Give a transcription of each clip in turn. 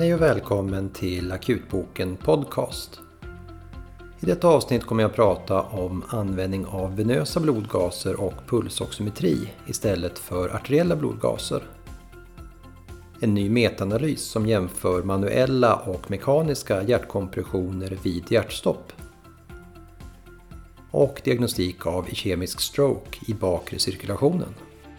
Hej och välkommen till Akutboken Podcast. I detta avsnitt kommer jag att prata om användning av venösa blodgaser och pulsoximetri istället för arteriella blodgaser. En ny metaanalys som jämför manuella och mekaniska hjärtkompressioner vid hjärtstopp. Och diagnostik av ischemisk stroke i bakre cirkulationen.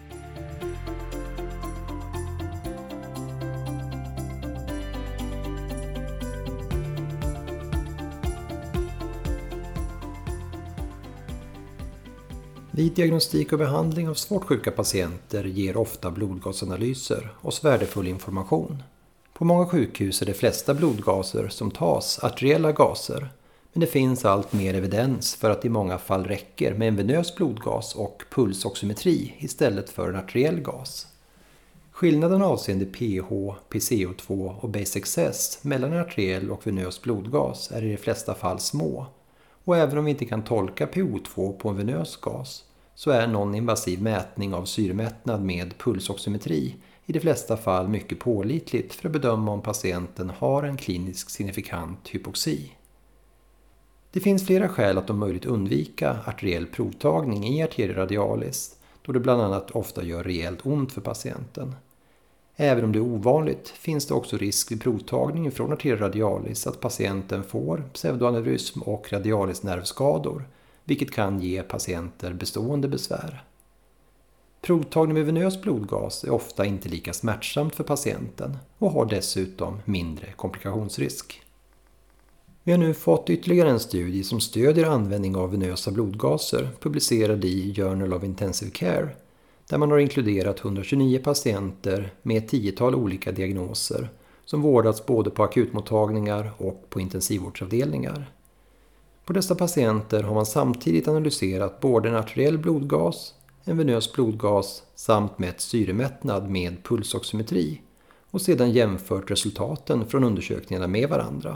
Vid diagnostik och behandling av svårt sjuka patienter ger ofta blodgasanalyser oss värdefull information. På många sjukhus är de flesta blodgaser som tas arteriella gaser, men det finns allt mer evidens för att det i många fall räcker med en venös blodgas och pulsoximetri istället för en arteriell gas. Skillnaden avseende pH, PCO2 och Base-XS mellan en arteriell och venös blodgas är i de flesta fall små. Och även om vi inte kan tolka PO2 på en venös gas så är non-invasiv mätning av syremättnad med pulsoximetri i de flesta fall mycket pålitligt för att bedöma om patienten har en kliniskt signifikant hypoxi. Det finns flera skäl att om möjligt undvika arteriell provtagning i arteria radialis då det bland annat ofta gör rejält ont för patienten. Även om det är ovanligt finns det också risk vid provtagning från arteria radialis att patienten får pseudoaneurysm och radialisnervskador, vilket kan ge patienter bestående besvär. Provtagning med venös blodgas är ofta inte lika smärtsamt för patienten och har dessutom mindre komplikationsrisk. Vi har nu fått ytterligare en studie som stödjer användning av venösa blodgaser publicerad i Journal of Intensive Care, där man har inkluderat 129 patienter med ett 10-tal olika diagnoser som vårdats både på akutmottagningar och på intensivvårdsavdelningar. På dessa patienter har man samtidigt analyserat både en arteriell blodgas, en venös blodgas samt mätt syremättnad med pulsoximetri och sedan jämfört resultaten från undersökningarna med varandra.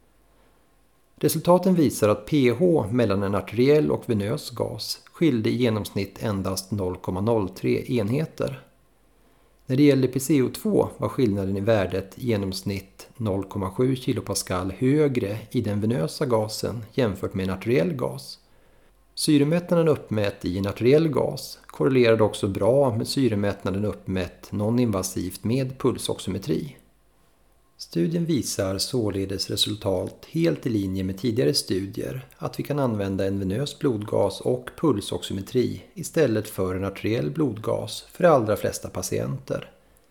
Resultaten visar att pH mellan en arteriell och venös gas skilde i genomsnitt endast 0,03 enheter. När det gäller PCO2 var skillnaden i värdet i genomsnitt 0,7 kilopascal högre i den venösa gasen jämfört med en arteriell gas. Syremättnaden uppmätt i en arteriell gas korrelerade också bra med syremättnaden uppmätt non-invasivt med pulsoximetri. Studien visar således resultat helt i linje med tidigare studier att vi kan använda en venös blodgas och pulsoximetri istället för en arteriell blodgas för de allra flesta patienter.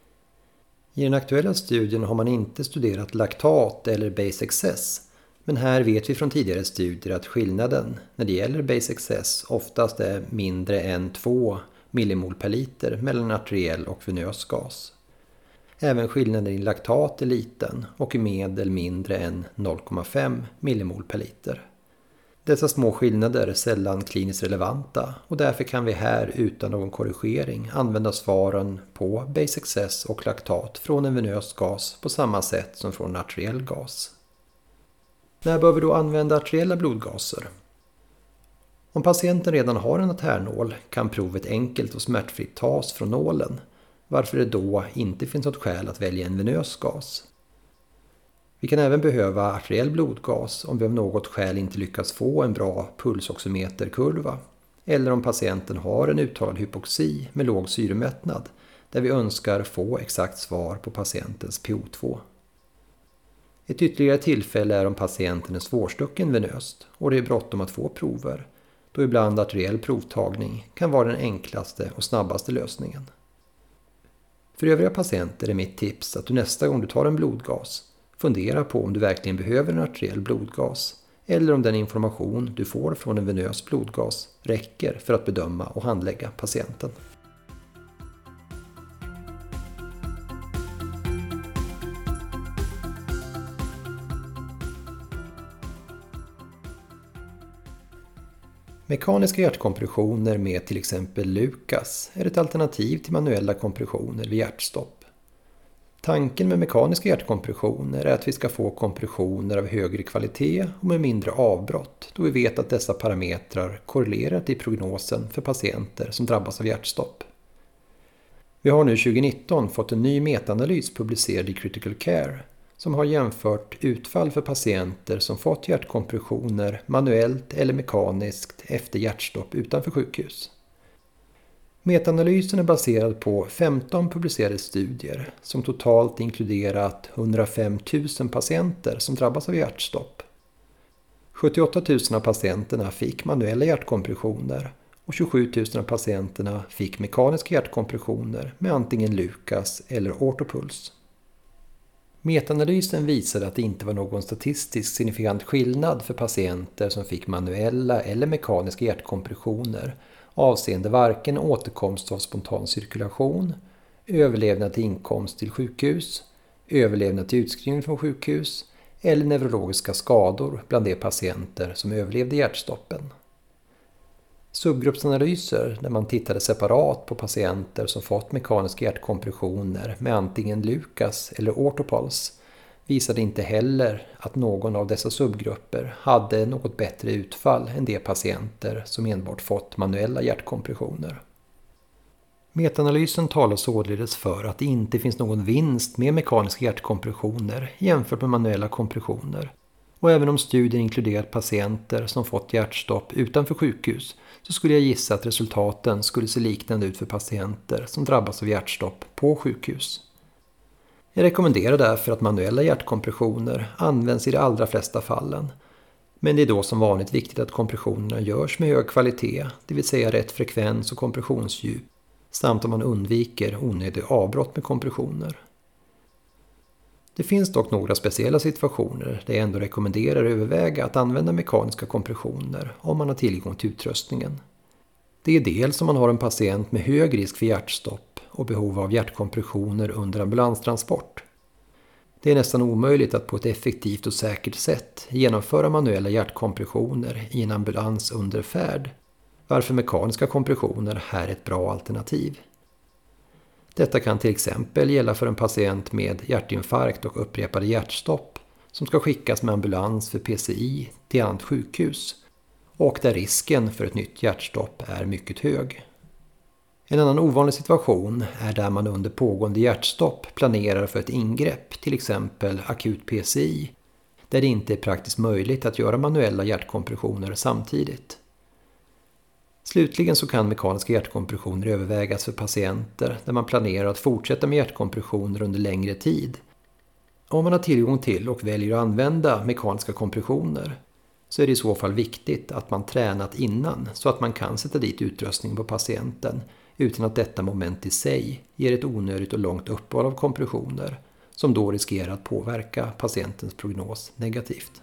I den aktuella studien har man inte studerat laktat eller Base-XS, men här vet vi från tidigare studier att skillnaden när det gäller Base-XS oftast är mindre än 2 millimol per liter mellan arteriell och venös gas. Även skillnaden i laktat är liten och i medel mindre än 0,5 millimol per liter. Dessa små skillnader är sällan kliniskt relevanta och därför kan vi här utan någon korrigering använda svaren på Base-XS och laktat från en venös gas på samma sätt som från en arteriell gas. När bör vi då använda arteriella blodgaser? Om patienten redan har en artärnål kan provet enkelt och smärtfritt tas från nålen, varför det då inte finns något skäl att välja en venös gas. Vi kan även behöva arteriell blodgas om vi av något skäl inte lyckas få en bra pulsoximeterkurva eller om patienten har en uttalad hypoxi med låg syremättnad där vi önskar få exakt svar på patientens PO2. Ett ytterligare tillfälle är om patienten är svårstucken venöst och det är bråttom att få prover, då ibland arteriell provtagning kan vara den enklaste och snabbaste lösningen. För övriga patienter är mitt tips att du nästa gång du tar en blodgas fundera på om du verkligen behöver en arteriell blodgas eller om den information du får från en venös blodgas räcker för att bedöma och handlägga patienten. Mekaniska hjärtkompressioner med till exempel Lucas är ett alternativ till manuella kompressioner vid hjärtstopp. Tanken med mekaniska hjärtkompressioner är att vi ska få kompressioner av högre kvalitet och med mindre avbrott då vi vet att dessa parametrar korrelerar till prognosen för patienter som drabbas av hjärtstopp. Vi har nu 2019 fått en ny metaanalys publicerad i Critical Care som har jämfört utfall för patienter som fått hjärtkompressioner manuellt eller mekaniskt efter hjärtstopp utanför sjukhus. Metaanalysen är baserad på 15 publicerade studier som totalt inkluderat 105 000 patienter som drabbas av hjärtstopp. 78 000 av patienterna fick manuella hjärtkompressioner och 27 000 av patienterna fick mekaniska hjärtkompressioner med antingen Lucas eller ortopuls. Metaanalysen visade att det inte var någon statistiskt signifikant skillnad för patienter som fick manuella eller mekaniska hjärtkompressioner avseende varken återkomst av spontan cirkulation, överlevnad till inkomst till sjukhus, överlevnad till utskrivning från sjukhus eller neurologiska skador bland de patienter som överlevde hjärtstoppen. Subgruppsanalyser där man tittade separat på patienter som fått mekaniska hjärtkompressioner med antingen Lucas eller ortopuls visade inte heller att någon av dessa subgrupper hade något bättre utfall än de patienter som enbart fått manuella hjärtkompressioner. Metaanalysen talar således för att det inte finns någon vinst med mekaniska hjärtkompressioner jämfört med manuella kompressioner. Och även om studien inkluderat patienter som fått hjärtstopp utanför sjukhus så skulle jag gissa att resultaten skulle se liknande ut för patienter som drabbas av hjärtstopp på sjukhus. Jag rekommenderar därför att manuella hjärtkompressioner används i de allra flesta fallen. Men det är då som vanligt viktigt att kompressionerna görs med hög kvalitet, det vill säga rätt frekvens och kompressionsdjup, samt att man undviker onödiga avbrott med kompressioner. Det finns dock några speciella situationer där jag ändå rekommenderar överväga att använda mekaniska kompressioner om man har tillgång till utrustningen. Det är dels om man har en patient med hög risk för hjärtstopp och behov av hjärtkompressioner under ambulanstransport. Det är nästan omöjligt att på ett effektivt och säkert sätt genomföra manuella hjärtkompressioner i en ambulans under färd, varför mekaniska kompressioner här är ett bra alternativ. Detta kan till exempel gälla för en patient med hjärtinfarkt och upprepade hjärtstopp som ska skickas med ambulans för PCI till annat sjukhus och där risken för ett nytt hjärtstopp är mycket hög. En annan ovanlig situation är där man under pågående hjärtstopp planerar för ett ingrepp, till exempel akut PCI, där det inte är praktiskt möjligt att göra manuella hjärtkompressioner samtidigt. Slutligen så kan mekaniska hjärtkompressioner övervägas för patienter där man planerar att fortsätta med hjärtkompressioner under längre tid. Om man har tillgång till och väljer att använda mekaniska kompressioner så är det i så fall viktigt att man tränat innan så att man kan sätta dit utrustning på patienten utan att detta moment i sig ger ett onödigt och långt uppehåll av kompressioner som då riskerar att påverka patientens prognos negativt.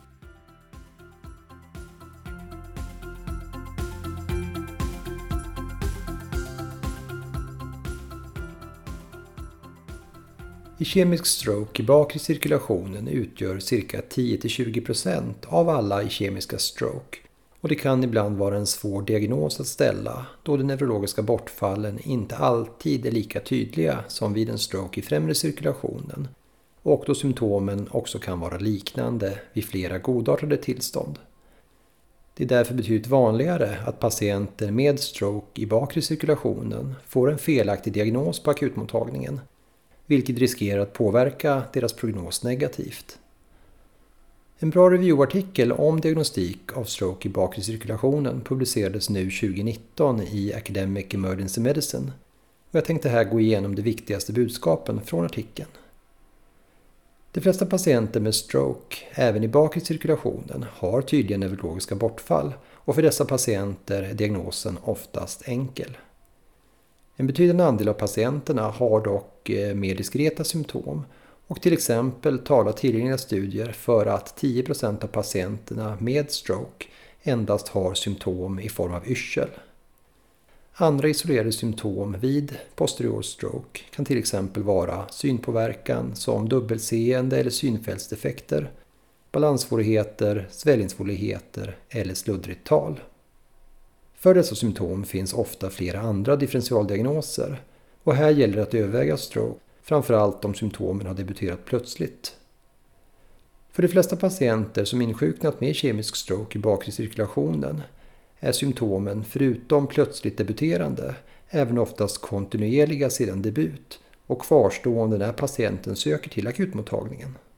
Ischemisk stroke i bakre cirkulationen utgör cirka 10-20% av alla ischemiska stroke och det kan ibland vara en svår diagnos att ställa då de neurologiska bortfallen inte alltid är lika tydliga som vid en stroke i främre cirkulationen och då symptomen också kan vara liknande vid flera godartade tillstånd. Det är därför betydligt vanligare att patienter med stroke i bakre cirkulationen får en felaktig diagnos på akutmottagningen, vilket riskerar att påverka deras prognos negativt. En bra reviewartikel om diagnostik av stroke i bakre cirkulationen publicerades nu 2019 i Academic Emergency Medicine och jag tänkte här gå igenom de viktigaste budskapen från artikeln. De flesta patienter med stroke, även i bakre cirkulationen, har tydliga neurologiska bortfall och för dessa patienter är diagnosen oftast enkel. En betydande andel av patienterna har dock mer diskreta symptom och till exempel talar tillgängliga studier för att 10% av patienterna med stroke endast har symptom i form av yrsel. Andra isolerade symptom vid posterior stroke kan till exempel vara synpåverkan som dubbelseende eller synfältsdefekter, balanssvårigheter, sväljningssvårigheter eller sluddrigt tal. För dessa symptom finns ofta flera andra differentialdiagnoser och här gäller det att överväga stroke, framförallt om symptomen har debuterat plötsligt. För de flesta patienter som insjuknat med kemisk stroke i bakre cirkulationen är symptomen förutom plötsligt debuterande även oftast kontinuerliga sedan debut och kvarstående när patienten söker till akutmottagningen.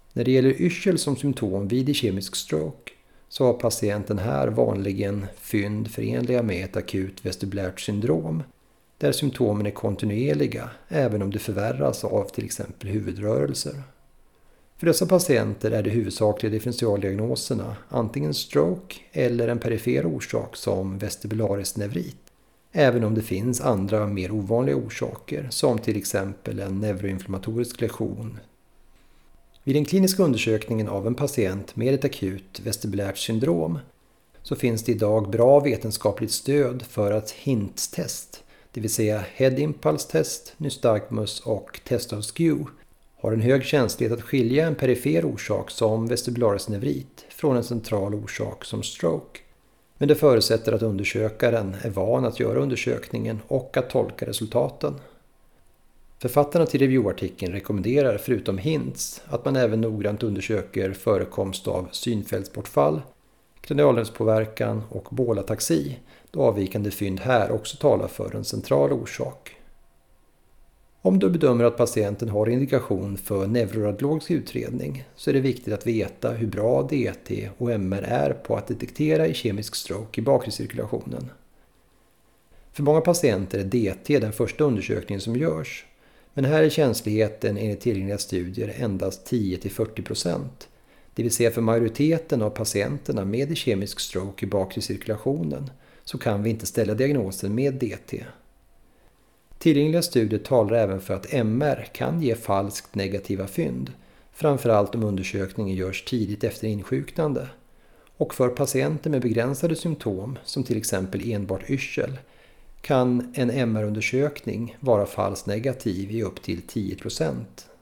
När det gäller yrsel som symptom vid ischemisk stroke så har patienten här vanligen fynd förenliga med ett akut vestibulärt syndrom där symptomen är kontinuerliga även om det förvärras av till exempel huvudrörelser. För dessa patienter är de huvudsakliga differentialdiagnoserna antingen stroke eller en perifer orsak som vestibularis nevrit, även om det finns andra mer ovanliga orsaker som till exempel en neuroinflammatorisk lesion. Vid den kliniska undersökningen av en patient med ett akut vestibulärt syndrom så finns det idag bra vetenskapligt stöd för att HINTS-test, det vill säga Head Impulse Test, Nystagmus och Test of Skew, har en hög känslighet att skilja en perifer orsak som vestibularis nevrit från en central orsak som stroke. Men det förutsätter att undersökaren är van att göra undersökningen och att tolka resultaten. Författarna till reviewartikeln rekommenderar förutom HINTS att man även noggrant undersöker förekomst av synfältsbortfall, kranialnervspåverkan och bålataxi, då avvikande fynd här också talar för en central orsak. Om du bedömer att patienten har indikation för neuroradiologisk utredning så är det viktigt att veta hur bra DT och MR är på att detektera ischemisk stroke i bakre cirkulationen. För många patienter är DT den första undersökningen som görs, men här är känsligheten enligt tillgängliga studier endast 10-40%, det vill säga för majoriteten av patienterna med ischemisk stroke i bakre cirkulationen så kan vi inte ställa diagnosen med DT. Tillgängliga studier talar även för att MR kan ge falskt negativa fynd, framförallt om undersökningen görs tidigt efter insjuknande. Och för patienter med begränsade symptom, som till exempel enbart yrsel, kan en MR-undersökning vara falskt negativ i upp till 10%.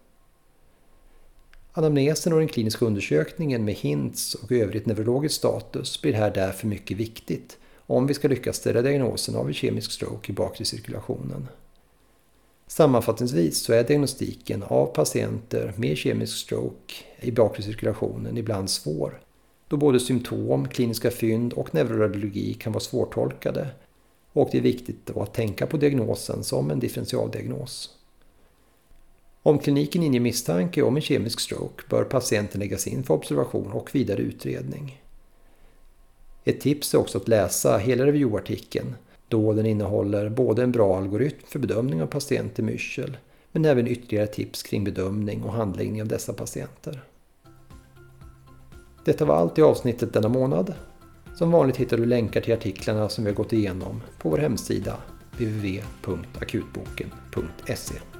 Anamnesen och den kliniska undersökningen med HINTS och övrigt neurologisk status blir här därför mycket viktigt om vi ska lyckas ställa diagnosen av ischemisk stroke i bakre cirkulationen. Sammanfattningsvis så är diagnostiken av patienter med ischemisk stroke i bakre cirkulationen ibland svår, då både symptom, kliniska fynd och neuroradiologi kan vara svårtolkade, och det är viktigt att tänka på diagnosen som en differentialdiagnos. Om kliniken inger misstanke om ischemisk stroke bör patienten läggas in för observation och vidare utredning. Ett tips är också att läsa hela reviewartikeln, då den innehåller både en bra algoritm för bedömning av patienter med yrsel, men även ytterligare tips kring bedömning och handläggning av dessa patienter. Detta var allt i avsnittet denna månad. Som vanligt hittar du länkar till artiklarna som vi har gått igenom på vår hemsida www.akutboken.se.